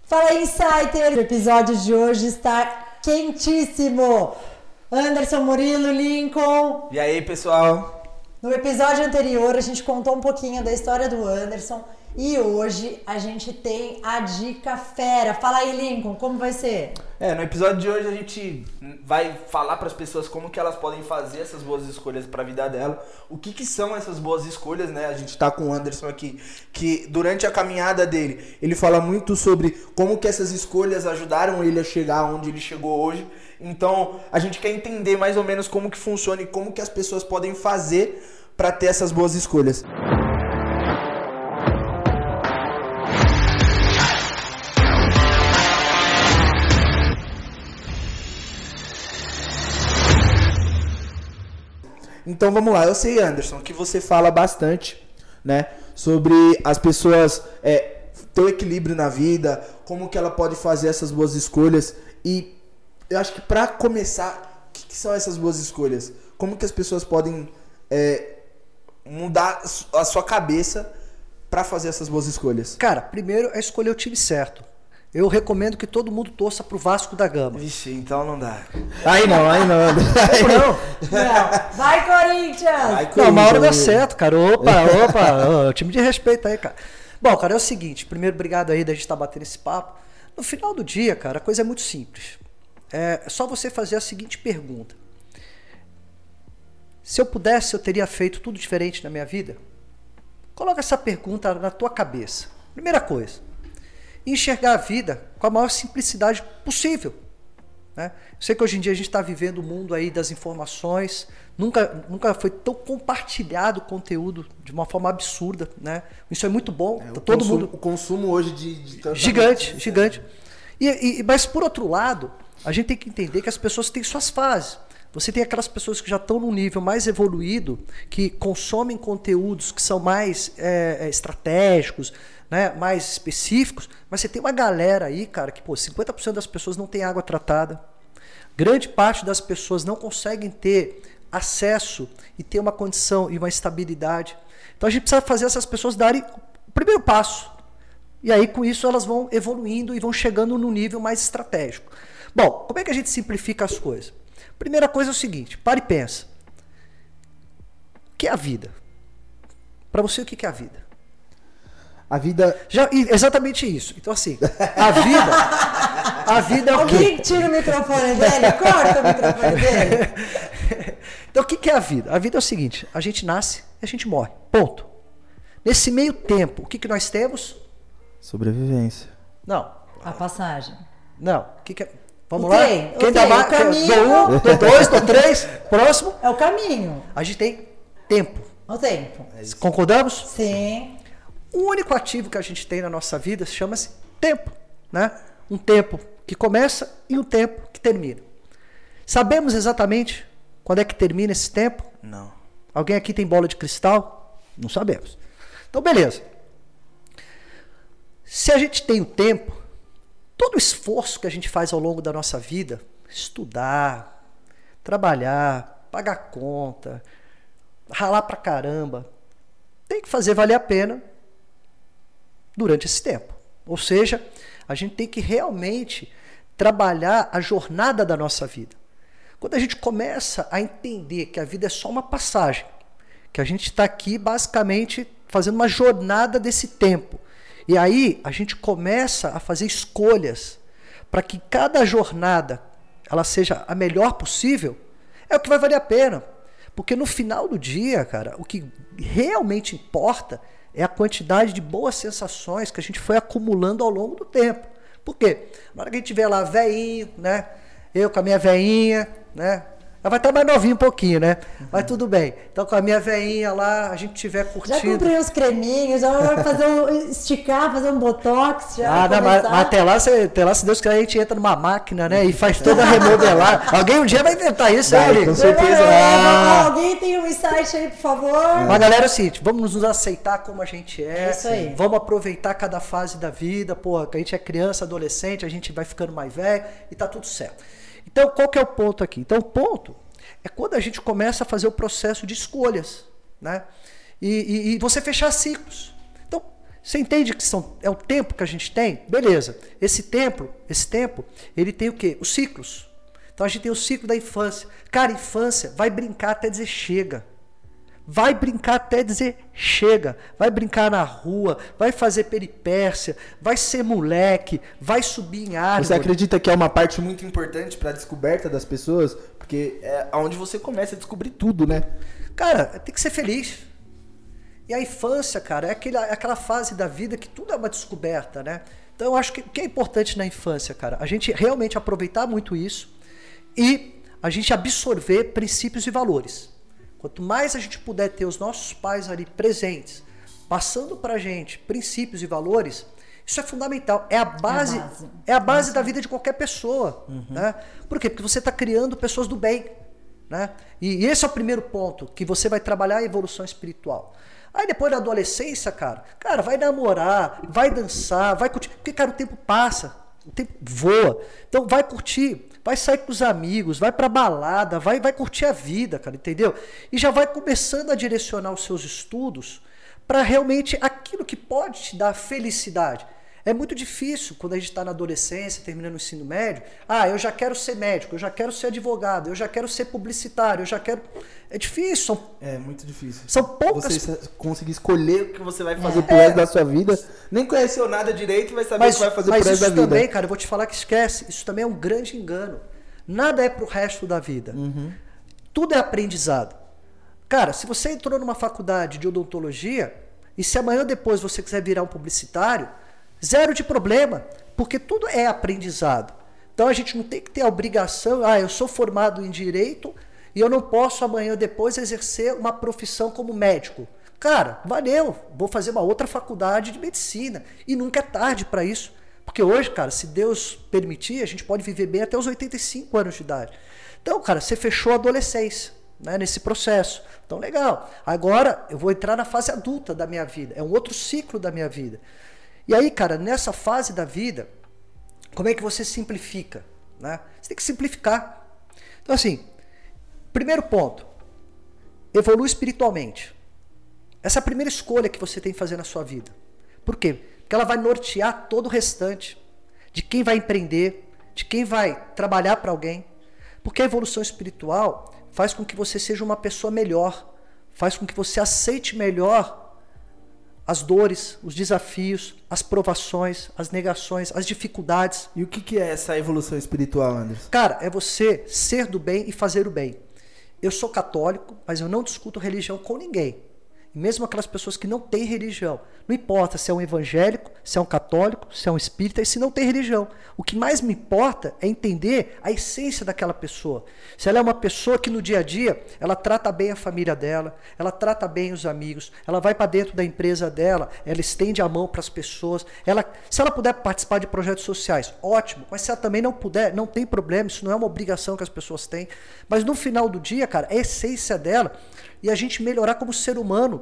Fala aí, Insider! O episódio de hoje está quentíssimo! Anderson, Murilo, Lincoln. E aí, pessoal? No episódio anterior a gente contou um pouquinho da história do Anderson e hoje a gente tem a dica fera. Fala aí, Lincoln, como vai ser? No episódio de hoje a gente vai falar para as pessoas como que elas podem fazer essas boas escolhas para a vida dela. O que são essas boas escolhas, né? A gente tá com o Anderson aqui, que durante a caminhada dele, ele fala muito sobre como que essas escolhas ajudaram ele a chegar onde ele chegou hoje. Então, a gente quer entender mais ou menos como que funciona e como que as pessoas podem fazer para ter essas boas escolhas. Então vamos lá, eu sei, Anderson, que você fala bastante, né, sobre as pessoas ter o equilíbrio na vida, como que ela pode fazer essas boas escolhas. E eu acho que para começar, o que são essas boas escolhas? Como que as pessoas podem mudar a sua cabeça para fazer essas boas escolhas? Cara, primeiro é escolher o time certo. Eu recomendo que todo mundo torça pro Vasco da Gama. Vixe, então não dá. Aí não. Vai, Corinthians! Não, uma hora dá certo, cara. Opa, time de respeito aí, cara. Bom, cara, é o seguinte. Primeiro, obrigado aí da gente estar batendo esse papo. No final do dia, cara, a coisa é muito simples. É só você fazer a seguinte pergunta. Se eu pudesse, eu teria feito tudo diferente na minha vida? Coloca essa pergunta na tua cabeça. Primeira coisa. Enxergar a vida com a maior simplicidade possível, né? Eu sei que hoje em dia a gente está vivendo o mundo aí das informações, nunca foi tão compartilhado o conteúdo de uma forma absurda, né? Isso é muito bom. O consumo hoje de gigante. Mas por outro lado, a gente tem que entender que as pessoas têm suas fases. Você tem aquelas pessoas que já estão num nível mais evoluído, que consomem conteúdos que são mais estratégicos, né, mais específicos, mas você tem uma galera aí, cara, que 50% das pessoas não tem água tratada. Grande parte das pessoas não conseguem ter acesso e ter uma condição e uma estabilidade. Então a gente precisa fazer essas pessoas darem o primeiro passo. E aí com isso elas vão evoluindo e vão chegando num nível mais estratégico. Bom, como é que a gente simplifica as coisas? Primeira coisa é o seguinte, para e pensa. O que é a vida? Para você, o que é a vida? A vida... Exatamente isso. Então, assim, a vida é o quê? Alguém tira o microfone dele, corta o microfone dele. Então, o que é a vida? A vida é o seguinte, a gente nasce e a gente morre. Ponto. Nesse meio tempo, o que nós temos? Sobrevivência. Não. A passagem. Não. O que é... Vamos lá? Quem dá mais? Do 1, do 2, do 3, próximo. É o caminho. A gente tem tempo. O tempo. Concordamos? Sim. O único ativo que a gente tem na nossa vida chama-se tempo, né? Um tempo que começa e um tempo que termina. Sabemos exatamente quando é que termina esse tempo? Não. Alguém aqui tem bola de cristal? Não sabemos. Então, beleza. Se a gente tem o tempo, todo o esforço que a gente faz ao longo da nossa vida, estudar, trabalhar, pagar conta, ralar pra caramba, tem que fazer valer a pena durante esse tempo. Ou seja, a gente tem que realmente trabalhar a jornada da nossa vida. Quando a gente começa a entender que a vida é só uma passagem, que a gente está aqui basicamente fazendo uma jornada desse tempo, e aí a gente começa a fazer escolhas para que cada jornada ela seja a melhor possível, é o que vai valer a pena. Porque no final do dia, cara, o que realmente importa é a quantidade de boas sensações que a gente foi acumulando ao longo do tempo. Por quê? Na hora que a gente tiver lá velhinho, né? Eu com a minha velhinha, né? Ela vai estar mais novinha um pouquinho, né? Mas tudo bem. Então com a minha velhinha lá, a gente tiver curtindo. Já comprei uns creminhos, já vai esticar, fazer um botox. Já mas até lá, se Deus quiser, a gente entra numa máquina, né? E faz toda a remodelar. Alguém um dia vai inventar isso, né, com certeza. Alguém tem um insight aí, por favor? Mas galera, é o seguinte, vamos nos aceitar como a gente é. Isso aí. Vamos aproveitar cada fase da vida. Pô, a gente é criança, adolescente, a gente vai ficando mais velho e tá tudo certo. Então, qual que é o ponto aqui? Então, o ponto é quando a gente começa a fazer o processo de escolhas, né? E você fechar ciclos. Então, Você entende que é o tempo que a gente tem? Beleza. Esse tempo, ele tem o quê? Os ciclos. Então a gente tem o ciclo da infância. Cara, infância vai brincar até dizer chega. Vai brincar até dizer chega. Vai brincar na rua, vai fazer peripécia, vai ser moleque, vai subir em árvore. Você acredita que é uma parte muito importante para a descoberta das pessoas? Porque é onde você começa a descobrir tudo, né? Cara, tem que ser feliz. E a infância, cara, é aquela fase da vida que tudo é uma descoberta, né? Então eu acho que o que é importante na infância, cara, a gente realmente aproveitar muito isso e a gente absorver princípios e valores. Quanto mais a gente puder ter os nossos pais ali presentes, passando pra gente princípios e valores, isso é fundamental. É a base da vida de qualquer pessoa. Né? Por quê? Porque você está criando pessoas do bem. Né? E esse é o primeiro ponto, que você vai trabalhar a evolução espiritual. Aí depois da adolescência, cara, vai namorar, vai dançar, vai curtir. Porque, cara, o tempo passa, o tempo voa. Então vai curtir, vai sair com os amigos, vai pra balada, vai curtir a vida, cara, entendeu? E já vai começando a direcionar os seus estudos para realmente aquilo que pode te dar felicidade. É muito difícil quando a gente está na adolescência, terminando o ensino médio. Eu já quero ser médico, eu já quero ser advogado, eu já quero ser publicitário, eu já quero... É difícil. É muito difícil. São poucas... Você conseguir escolher o que você vai fazer pro resto da sua vida. Nem conheceu nada direito e vai saber o que vai fazer pro resto da vida. Mas isso também, cara, eu vou te falar que esquece. Isso também é um grande engano. Nada é pro resto da vida. Tudo é aprendizado. Cara, se você entrou numa faculdade de odontologia e se amanhã ou depois você quiser virar um publicitário, zero de problema, porque tudo é aprendizado. Então a gente não tem que ter a obrigação, eu sou formado em direito e eu não posso amanhã ou depois exercer uma profissão como médico. Cara, valeu, vou fazer uma outra faculdade de medicina. E nunca é tarde para isso. Porque hoje, cara, se Deus permitir, a gente pode viver bem até os 85 anos de idade. Então, cara, você fechou a adolescência, né, nesse processo. Então, legal. Agora eu vou entrar na fase adulta da minha vida. É um outro ciclo da minha vida. E aí, cara, nessa fase da vida, como é que você simplifica? Né? Você tem que simplificar. Então, assim, primeiro ponto, evolui espiritualmente. Essa é a primeira escolha que você tem que fazer na sua vida. Por quê? Porque ela vai nortear todo o restante, de quem vai empreender, de quem vai trabalhar para alguém. Porque a evolução espiritual faz com que você seja uma pessoa melhor, faz com que você aceite melhor as dores, os desafios, as provações, as negações, as dificuldades. E o que é essa evolução espiritual, Anderson? Cara, é você ser do bem e fazer o bem. Eu sou católico, mas eu não discuto religião com ninguém. E mesmo aquelas pessoas que não têm religião. Não importa se é um evangélico, se é um católico, se é um espírita e se não tem religião. O que mais me importa é entender a essência daquela pessoa. Se ela é uma pessoa que no dia a dia, ela trata bem a família dela, ela trata bem os amigos, ela vai para dentro da empresa dela, ela estende a mão para as pessoas. Se ela puder participar de projetos sociais, ótimo. Mas se ela também não puder, não tem problema, isso não é uma obrigação que as pessoas têm. Mas no final do dia, cara, é a essência dela e a gente melhorar como ser humano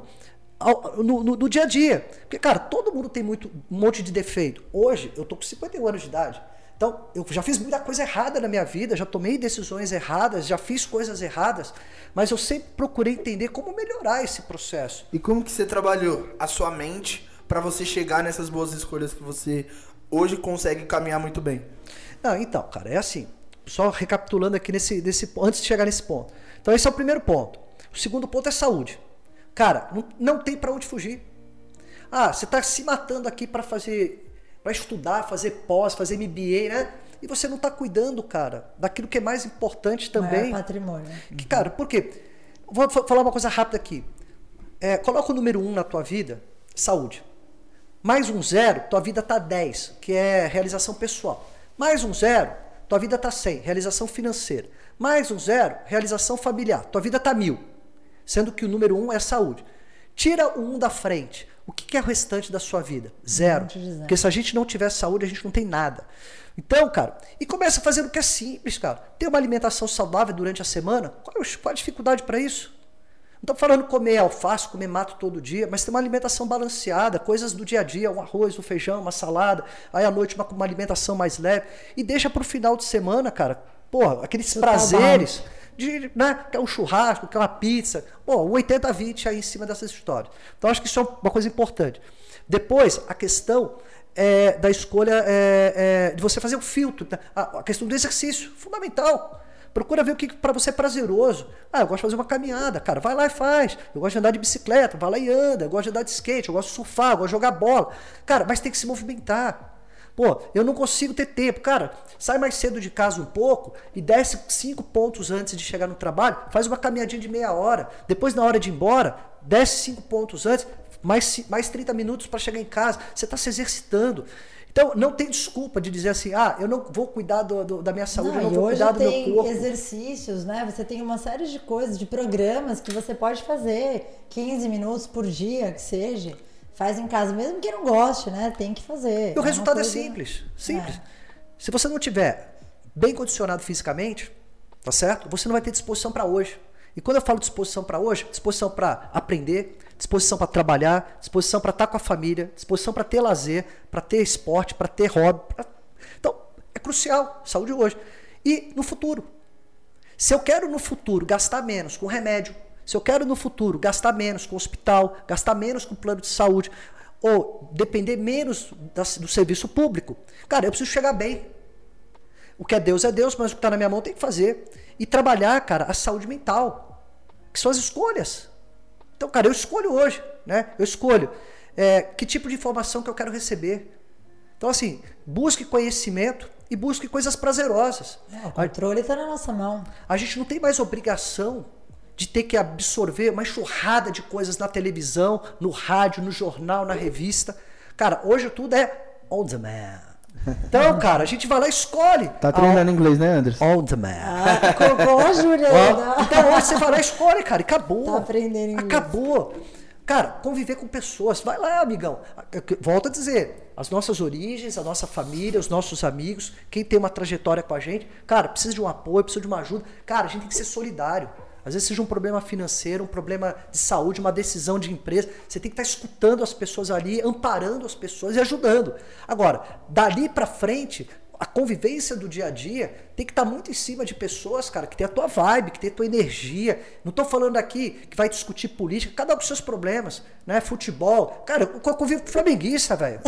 no dia a dia. Porque, cara, todo mundo tem um monte de defeito. Hoje, eu tô com 51 anos de idade. Então, eu já fiz muita coisa errada na minha vida, já tomei decisões erradas, já fiz coisas erradas, mas eu sempre procurei entender como melhorar esse processo. E como que você trabalhou a sua mente para você chegar nessas boas escolhas que você hoje consegue caminhar muito bem? Então, cara, é assim. Só recapitulando aqui antes de chegar nesse ponto. Então, esse é o primeiro ponto. O segundo ponto é saúde. Cara, não tem para onde fugir. Você está se matando aqui para estudar, fazer pós, fazer MBA, né? E você não está cuidando, cara, daquilo que é mais importante também. É patrimônio. Cara, por quê? Vou falar uma coisa rápida aqui. Coloca o número 1 na tua vida, saúde. Mais um 0, tua vida está 10, que é realização pessoal. Mais um 0, tua vida está 100, realização financeira. Mais um 0, realização familiar. Tua vida está 1000. Sendo que o número 1 é saúde. Tira o 1 da frente. O que é o restante da sua vida? Zero. Porque se a gente não tiver saúde, a gente não tem nada. Então, cara, e começa fazendo o que é simples, cara. Ter uma alimentação saudável durante a semana. Qual a dificuldade para isso? Não estou falando comer alface, comer mato todo dia, mas ter uma alimentação balanceada, coisas do dia a dia, um arroz, um feijão, uma salada, aí à noite uma alimentação mais leve. E deixa para o final de semana, cara, aqueles prazeres... que é um churrasco, que é uma pizza, 80-20 aí em cima dessas histórias. Então acho que isso é uma coisa importante. Depois, a questão da escolha de você fazer um filtro. A questão do exercício, fundamental. Procura ver o que para você é prazeroso. Eu gosto de fazer uma caminhada, cara, vai lá e faz. Eu gosto de andar de bicicleta, vai lá e anda. Eu gosto de andar de skate, eu gosto de surfar, eu gosto de jogar bola. Cara, mas tem que se movimentar. Pô, eu não consigo ter tempo. Cara, sai mais cedo de casa um pouco e desce 5 pontos antes de chegar no trabalho, faz uma caminhadinha de meia hora. Depois, na hora de ir embora, desce 5 pontos antes, mais 30 minutos para chegar em casa. Você está se exercitando. Então, não tem desculpa de dizer assim, eu não vou cuidar da minha saúde, eu não vou cuidar do meu corpo. Hoje tem exercícios, né? Você tem uma série de coisas, de programas que você pode fazer 15 minutos por dia, que seja. Faz em casa, mesmo que não goste, né? Tem que fazer. E o resultado é simples. Se você não tiver bem condicionado fisicamente, tá certo? Você não vai ter disposição para hoje. E quando eu falo disposição para hoje, disposição para aprender, disposição para trabalhar, disposição para estar com a família, disposição para ter lazer, para ter esporte, para ter hobby. Então, é crucial, saúde hoje. E no futuro. Se eu quero no futuro gastar menos com remédio, se eu quero no futuro gastar menos com hospital, gastar menos com plano de saúde, ou depender menos do serviço público, cara, eu preciso chegar bem. O que é Deus, mas o que está na minha mão tem que fazer. E trabalhar, cara, a saúde mental, que são as escolhas. Então, cara, eu escolho hoje, né? Eu escolho que tipo de informação que eu quero receber. Então, assim, busque conhecimento e busque coisas prazerosas. O controle está na nossa mão. A gente não tem mais obrigação de ter que absorver uma enxurrada de coisas na televisão, no rádio, no jornal, na revista. Cara, hoje tudo é on demand. Então, cara, a gente vai lá e escolhe. Tá treinando inglês, né, Anderson? On demand. Colocou a Júlia. Então, hoje você vai lá e escolhe, cara, e acabou. Tá aprendendo inglês. Acabou. Cara, conviver com pessoas. Vai lá, amigão. Volto a dizer, as nossas origens, a nossa família, os nossos amigos, quem tem uma trajetória com a gente, cara, precisa de um apoio, precisa de uma ajuda. Cara, a gente tem que ser solidário. Às vezes seja um problema financeiro, um problema de saúde, uma decisão de empresa. Você tem que estar escutando as pessoas ali, amparando as pessoas e ajudando. Agora, dali para frente, a convivência do dia a dia tem que estar muito em cima de pessoas, cara, que tem a tua vibe, que tem a tua energia. Não estou falando aqui que vai discutir política, cada um com seus problemas, né? Futebol. Cara, eu convivo com flamenguista, velho.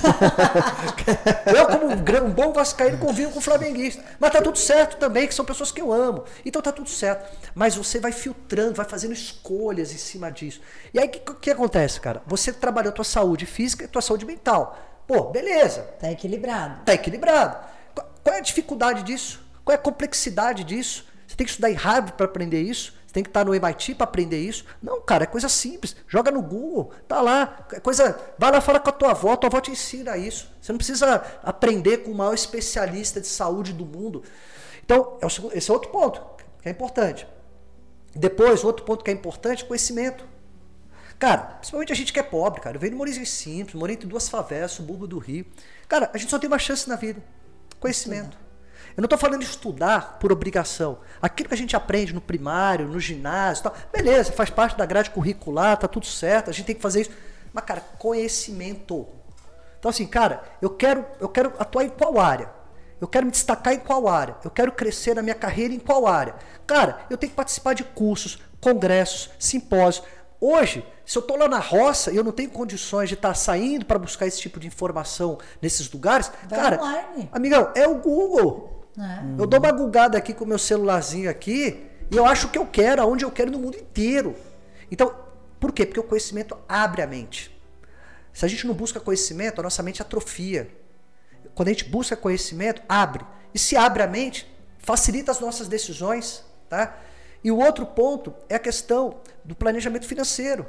Eu, como um bom vascaíno, convivo com flamenguista. Mas tá tudo certo também, que são pessoas que eu amo. Então tá tudo certo. Mas você vai filtrando, vai fazendo escolhas em cima disso. E aí, o que acontece, cara? Você trabalhou a tua saúde física e a tua saúde mental. Pô, beleza. Tá equilibrado. Tá equilibrado. Qual é a dificuldade disso? Qual é a complexidade disso? Você tem que estudar em Harvard para aprender isso? Você tem que estar no MIT para aprender isso? Não, cara, é coisa simples. Joga no Google, tá lá. É coisa, vai lá, fala com a tua avó te ensina isso. Você não precisa aprender com o maior especialista de saúde do mundo. Então, esse é outro ponto que é importante. Depois, outro ponto que é importante, conhecimento. Cara, principalmente a gente que é pobre, cara. Eu venho de Morinhos Simples, morei entre 2 favelas, subúrbio do Rio. Cara, a gente só tem uma chance na vida. Conhecimento. Eu não estou falando de estudar por obrigação. Aquilo que a gente aprende no primário, no ginásio, tal, beleza, faz parte da grade curricular, tá tudo certo, a gente tem que fazer isso. Mas, cara, conhecimento. Então, assim, cara, eu quero atuar em qual área? Eu quero me destacar em qual área? Eu quero crescer na minha carreira em qual área? Cara, eu tenho que participar de cursos, congressos, simpósios. Hoje, se eu estou lá na roça e eu não tenho condições de estar saindo para buscar esse tipo de informação nesses lugares, cara, amigão, é o Google. Eu dou uma googada aqui com o meu celularzinho aqui e eu acho o que eu quero, aonde eu quero no mundo inteiro. Então, por quê? Porque o conhecimento abre a mente. Se a gente não busca conhecimento, a nossa mente atrofia. Quando a gente busca conhecimento, abre. E se abre a mente, facilita as nossas decisões, tá? E o outro ponto é a questão do planejamento financeiro.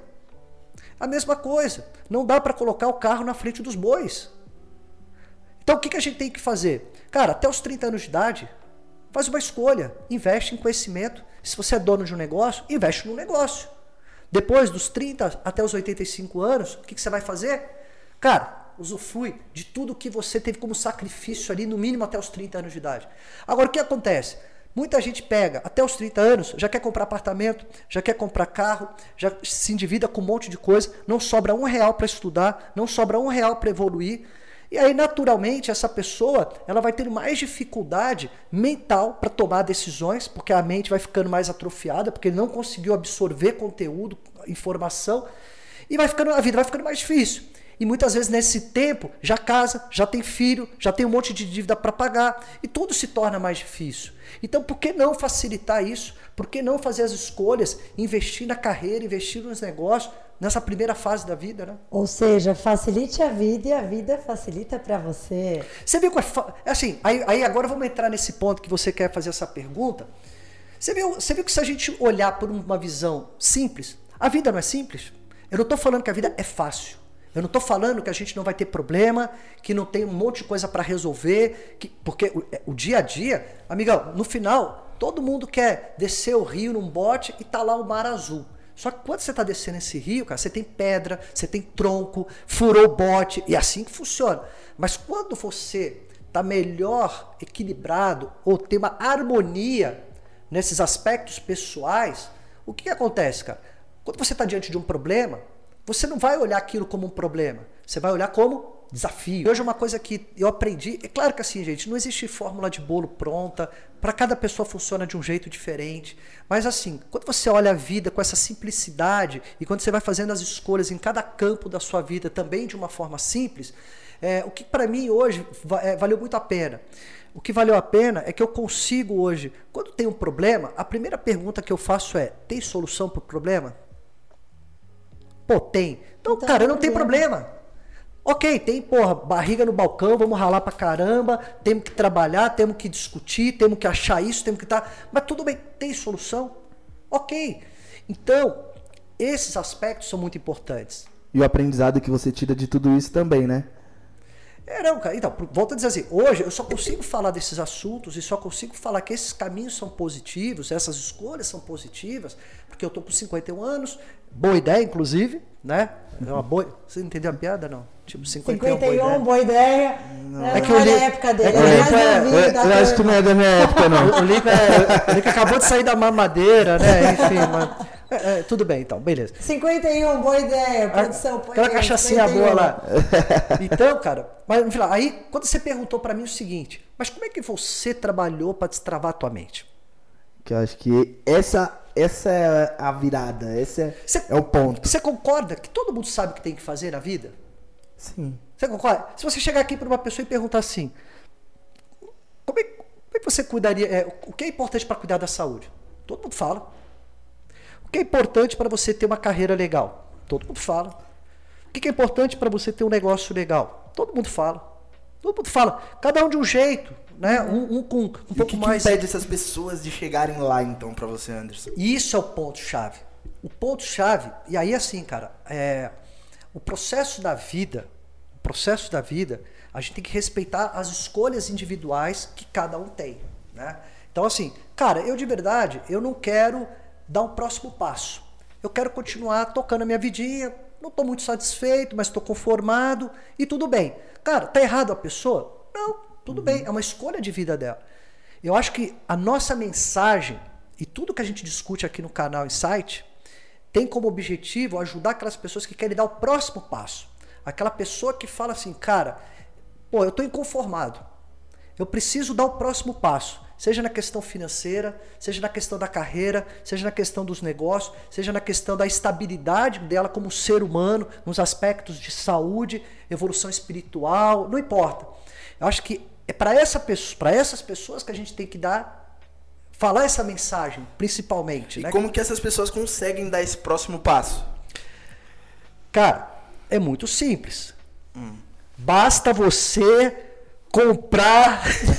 A mesma coisa. Não dá para colocar o carro na frente dos bois. Então o que a gente tem que fazer? Cara, até os 30 anos de idade, faz uma escolha. Investe em conhecimento. Se você é dono de um negócio, investe no negócio. Depois dos 30 até os 85 anos, o que você vai fazer? Cara, usufrui de tudo que você teve como sacrifício ali, no mínimo até os 30 anos de idade. Agora, o que acontece? Muita gente pega até os 30 anos, já quer comprar apartamento, já quer comprar carro, já se endivida com um monte de coisa, não sobra R$1 para estudar, não sobra R$1 para evoluir. E aí, naturalmente, essa pessoa ela vai ter mais dificuldade mental para tomar decisões, porque a mente vai ficando mais atrofiada, porque ele não conseguiu absorver conteúdo, informação, e a vida vai ficando mais difícil. E muitas vezes nesse tempo já casa, já tem filho, já tem um monte de dívida para pagar e tudo se torna mais difícil. Então por que não facilitar isso? Por que não fazer as escolhas, investir na carreira, investir nos negócios nessa primeira fase da vida, né? Ou seja, facilite a vida e a vida facilita para você. Você viu que é assim, aí agora vamos entrar nesse ponto que você quer fazer essa pergunta. Você viu que se a gente olhar por uma visão simples, a vida não é simples? Eu não estou falando que a vida é fácil. Eu não estou falando que a gente não vai ter problema, que não tem um monte de coisa para resolver, porque o dia a dia, amigão, no final, todo mundo quer descer o rio num bote e tá lá o mar azul. Só que quando você está descendo esse rio, cara, você tem pedra, você tem tronco, furou o bote, e é assim que funciona. Mas quando você está melhor equilibrado ou tem uma harmonia nesses aspectos pessoais, o que acontece, cara? Quando você está diante de um problema, você não vai olhar aquilo como um problema, você vai olhar como desafio. Hoje é uma coisa que eu aprendi, é claro que assim, gente, não existe fórmula de bolo pronta, para cada pessoa funciona de um jeito diferente, mas assim, quando você olha a vida com essa simplicidade e quando você vai fazendo as escolhas em cada campo da sua vida também de uma forma simples, o que para mim hoje valeu muito a pena. O que valeu a pena é que eu consigo hoje, quando tem um problema, a primeira pergunta que eu faço é, tem solução para o problema? Pô, tem. Então, cara, não tem problema. Ok, tem, porra, barriga no balcão, vamos ralar pra caramba, temos que trabalhar, temos que discutir, temos que achar isso, temos que estar... Mas tudo bem, tem solução? Ok. Então, esses aspectos são muito importantes. E o aprendizado que você tira de tudo isso também, né? Não, cara. Então, volto a dizer assim, hoje eu só consigo falar desses assuntos e só consigo falar que esses caminhos são positivos, essas escolhas são positivas, porque eu tô com 51 anos, boa ideia, inclusive, né? É uma boa... Você entendeu a piada, não? Tipo, 51, boa ideia. Não é que eu li... da época dele. Eu acho que não é da minha época, não. O Lico acabou de sair da mamadeira, né? Enfim, mas... tudo bem, então, beleza. 51, boa ideia, produção. Aquela cachaçinha boa lá. Então, cara, mas enfim, aí quando você perguntou pra mim o seguinte, mas como é que você trabalhou pra destravar a tua mente? Que eu acho que essa é a virada, é o ponto. Você concorda que todo mundo sabe o que tem que fazer na vida? Sim. Você concorda? Se você chegar aqui pra uma pessoa e perguntar assim, como é que você cuidaria, o que é importante pra cuidar da saúde? Todo mundo fala. O que é importante para você ter uma carreira legal? Todo mundo fala. O que é importante para você ter um negócio legal? Todo mundo fala. Todo mundo fala. Cada um de um jeito, né? Um com um pouco mais... O que impede essas pessoas de chegarem lá, então, para você, Anderson? Isso é o ponto-chave. O ponto-chave, e aí assim, cara, o processo da vida, a gente tem que respeitar as escolhas individuais que cada um tem, né? Então assim, cara, eu de verdade, eu não quero dar um próximo passo. Eu quero continuar tocando a minha vidinha, não estou muito satisfeito, mas estou conformado e tudo bem. Cara, tá errado a pessoa? Não, tudo bem, é uma escolha de vida dela. Eu acho que a nossa mensagem e tudo que a gente discute aqui no canal Insight tem como objetivo ajudar aquelas pessoas que querem dar o próximo passo. Aquela pessoa que fala assim, cara, pô, eu estou inconformado, eu preciso dar o próximo passo. Seja na questão financeira, seja na questão da carreira, seja na questão dos negócios, seja na questão da estabilidade dela como ser humano, nos aspectos de saúde, evolução espiritual, não importa. Eu acho que é para essas pessoas que a gente tem que falar essa mensagem, principalmente. E né? como que essas pessoas conseguem dar esse próximo passo? Cara, é muito simples. Basta você comprar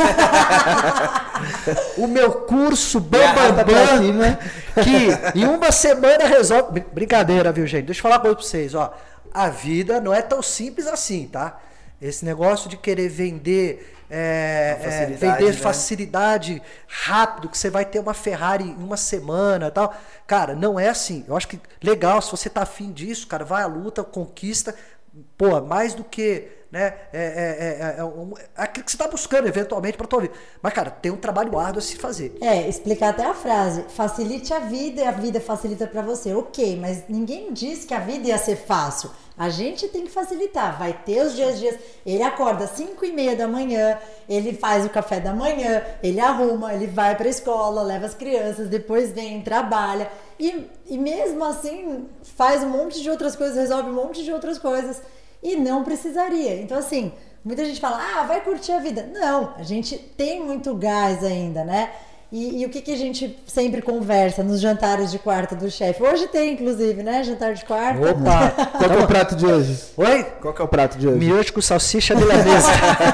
o meu curso Bambambam, que em uma semana resolve... Brincadeira, viu, gente? Deixa eu falar uma coisa pra vocês, ó. A vida não é tão simples assim, tá? Esse negócio de querer vender facilidade rápido, que você vai ter uma Ferrari em uma semana e tal. Cara, não é assim. Eu acho que legal, se você tá afim disso, cara, vai à luta, conquista. Pô, mais do que... né? Aquilo que você está buscando eventualmente para tua vida. Mas, cara, tem um trabalho árduo a se fazer. Explicar até a frase. Facilite a vida e a vida facilita para você. Ok, mas ninguém disse que a vida ia ser fácil. A gente tem que facilitar. Vai ter os dias. Ele acorda às 5:30 da manhã, ele faz o café da manhã, ele arruma, ele vai para a escola, leva as crianças, depois vem, trabalha. E mesmo assim faz um monte de outras coisas, resolve um monte de outras coisas. E não precisaria. Então, assim, muita gente fala, vai curtir a vida. Não, a gente tem muito gás ainda, né? E o que a gente sempre conversa nos jantares de quarta do chefe? Hoje tem, inclusive, né? Jantar de quarta. Opa! Qual que é o prato de hoje? Oi? Qual que é o prato de hoje? Miojo com salsicha milanesa.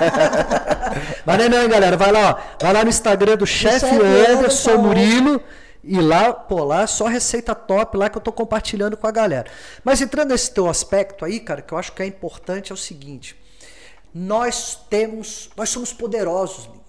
Mas não, hein, galera? Vai lá, ó. Vai lá no Instagram do chefe Anderson Murilo. E lá, pô, lá só receita top lá que eu tô compartilhando com a galera. Mas entrando nesse teu aspecto aí, cara, que eu acho que é importante é o seguinte. Nós somos poderosos, Lincoln.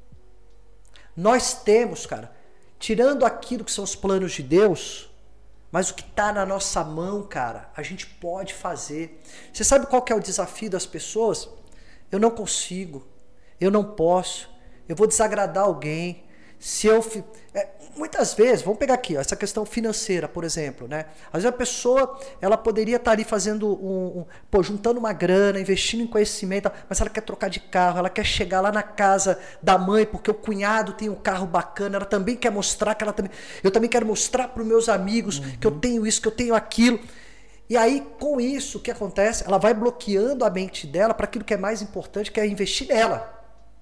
Nós temos, cara, tirando aquilo que são os planos de Deus, mas o que está na nossa mão, cara, a gente pode fazer. Você sabe qual que é o desafio das pessoas? Eu não consigo, eu não posso, eu vou desagradar alguém. Se eu muitas vezes, vamos pegar aqui, ó, essa questão financeira, por exemplo, né? Às vezes a pessoa, ela poderia estar ali fazendo juntando uma grana, investindo em conhecimento, mas ela quer trocar de carro, ela quer chegar lá na casa da mãe, porque o cunhado tem um carro bacana, ela também quer mostrar que eu também quero mostrar para os meus amigos que eu tenho isso, que eu tenho aquilo. E aí, com isso, o que acontece? Ela vai bloqueando a mente dela para aquilo que é mais importante, que é investir nela.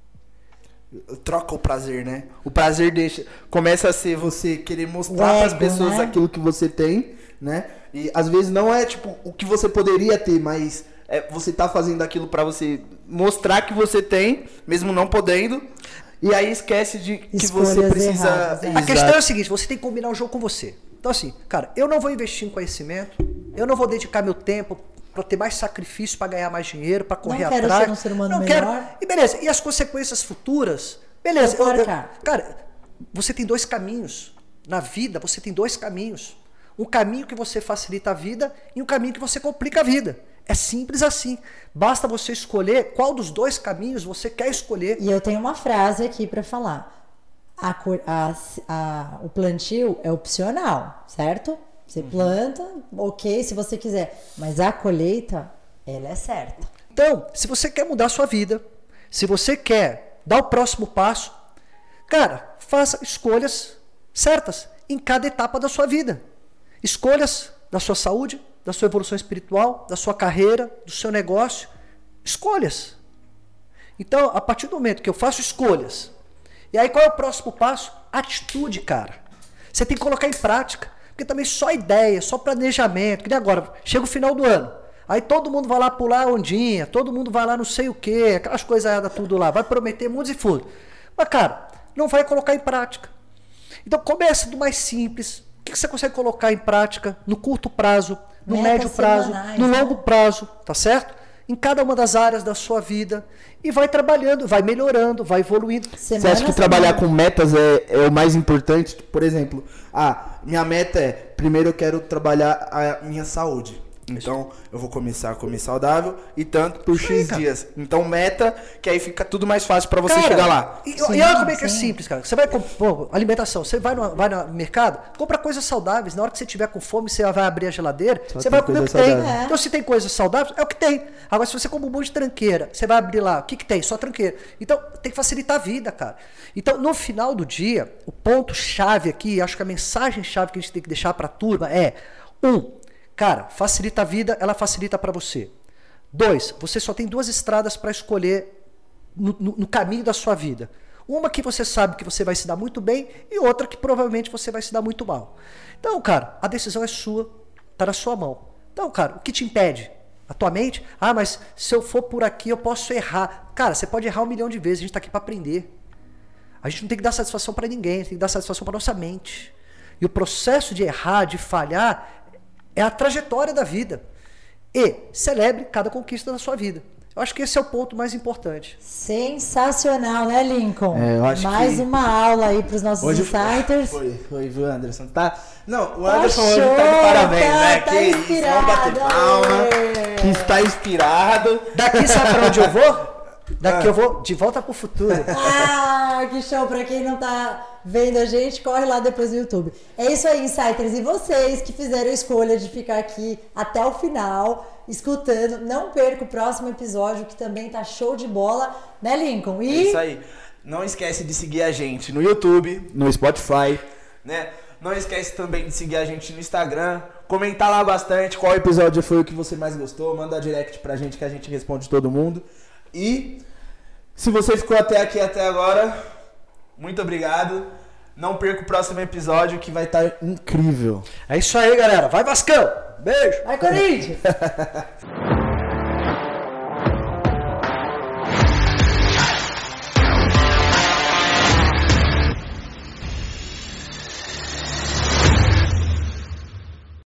Troca o prazer, né? O prazer começa a ser você querer mostrar para as pessoas, né, aquilo que você tem, né? E às vezes não é tipo o que você poderia ter, mas você tá fazendo aquilo para você mostrar que você tem, mesmo não podendo. E aí esquece de que escolhas você precisa... erradas, A questão é o seguinte, você tem que combinar o jogo com você. Então assim, cara, eu não vou investir em conhecimento, eu não vou dedicar meu tempo para ter mais sacrifício, para ganhar mais dinheiro, para correr atrás. Não quero ser um ser humano melhor. E beleza, e as consequências futuras? Beleza. Cara, você tem dois caminhos. Na vida, você tem dois caminhos. Um caminho que você facilita a vida e um caminho que você complica a vida. É simples assim. Basta você escolher qual dos dois caminhos você quer escolher. E eu tenho uma frase aqui para falar. O plantio é opcional, certo? Você planta, ok, se você quiser. Mas a colheita, ela é certa. Então, se você quer mudar a sua vida, se você quer dar o próximo passo, cara, faça escolhas certas em cada etapa da sua vida. Escolhas da sua saúde, da sua evolução espiritual, da sua carreira, do seu negócio. Escolhas. Então, a partir do momento que eu faço escolhas, e aí qual é o próximo passo? Atitude, cara. Você tem que colocar em prática. Porque também só ideia, só planejamento. Que nem agora, chega o final do ano. Aí todo mundo vai lá pular ondinha, todo mundo vai lá não sei o quê, aquelas coisas tudo lá. Vai prometer mundos e fundos. Mas, cara, não vai colocar em prática. Então começa do mais simples. O que você consegue colocar em prática no curto prazo, no médio prazo, no longo prazo, tá certo? Em cada uma das áreas da sua vida. E vai trabalhando, vai melhorando, vai evoluindo. Você acha que trabalhar com metas é o mais importante? Por exemplo, minha meta é, primeiro eu quero trabalhar a minha saúde. Então, eu vou começar a comer saudável e tanto por X dias. Então, meta, que aí fica tudo mais fácil para você chegar lá. E olha como é que é simples, cara. Você vai comprar alimentação, você vai no mercado, compra coisas saudáveis. Na hora que você tiver com fome, você vai abrir a geladeira, você vai comer o que tem. Então, se tem coisas saudáveis, é o que tem. Agora, se você compra um monte de tranqueira, você vai abrir lá, o que tem? Só tranqueira. Então, tem que facilitar a vida, cara. Então, no final do dia, o ponto-chave aqui, acho que a mensagem-chave que a gente tem que deixar para a turma é: cara, facilita a vida, ela facilita para você. 2, você só tem 2 estradas para escolher no caminho da sua vida. Uma que você sabe que você vai se dar muito bem e outra que provavelmente você vai se dar muito mal. Então, cara, a decisão é sua, tá na sua mão. Então, cara, o que te impede? A tua mente? Mas se eu for por aqui eu posso errar. Cara, você pode errar 1 milhão de vezes, a gente tá aqui para aprender. A gente não tem que dar satisfação para ninguém, a gente tem que dar satisfação para nossa mente. E o processo de errar, de falhar, é a trajetória da vida. E celebre cada conquista da sua vida. Eu acho que esse é o ponto mais importante. Sensacional, né, Lincoln? Eu acho mais uma aula aí para os nossos hoje insiders. Foi, viu, Anderson? Não, o Anderson hoje tá de parabéns, né? Tá que isso, vamos bater palma. Que está inspirado. Daqui sabe para onde eu vou? Daqui eu vou de volta pro futuro. Que show! Pra quem não tá vendo a gente, corre lá depois no YouTube. É isso aí, Insiders. E vocês que fizeram a escolha de ficar aqui até o final, escutando, não perca o próximo episódio, que também tá show de bola, né, Lincoln? É isso aí. Não esquece de seguir a gente no YouTube, no Spotify, né? Não esquece também de seguir a gente no Instagram, Comentar lá bastante qual episódio foi o que você mais gostou. Manda direct pra gente que a gente responde todo mundo. E se você ficou até aqui, até agora, muito obrigado. Não perca o próximo episódio que vai estar incrível. É isso aí, galera. Vai, Vascão! Beijo! Vai, Corinthians!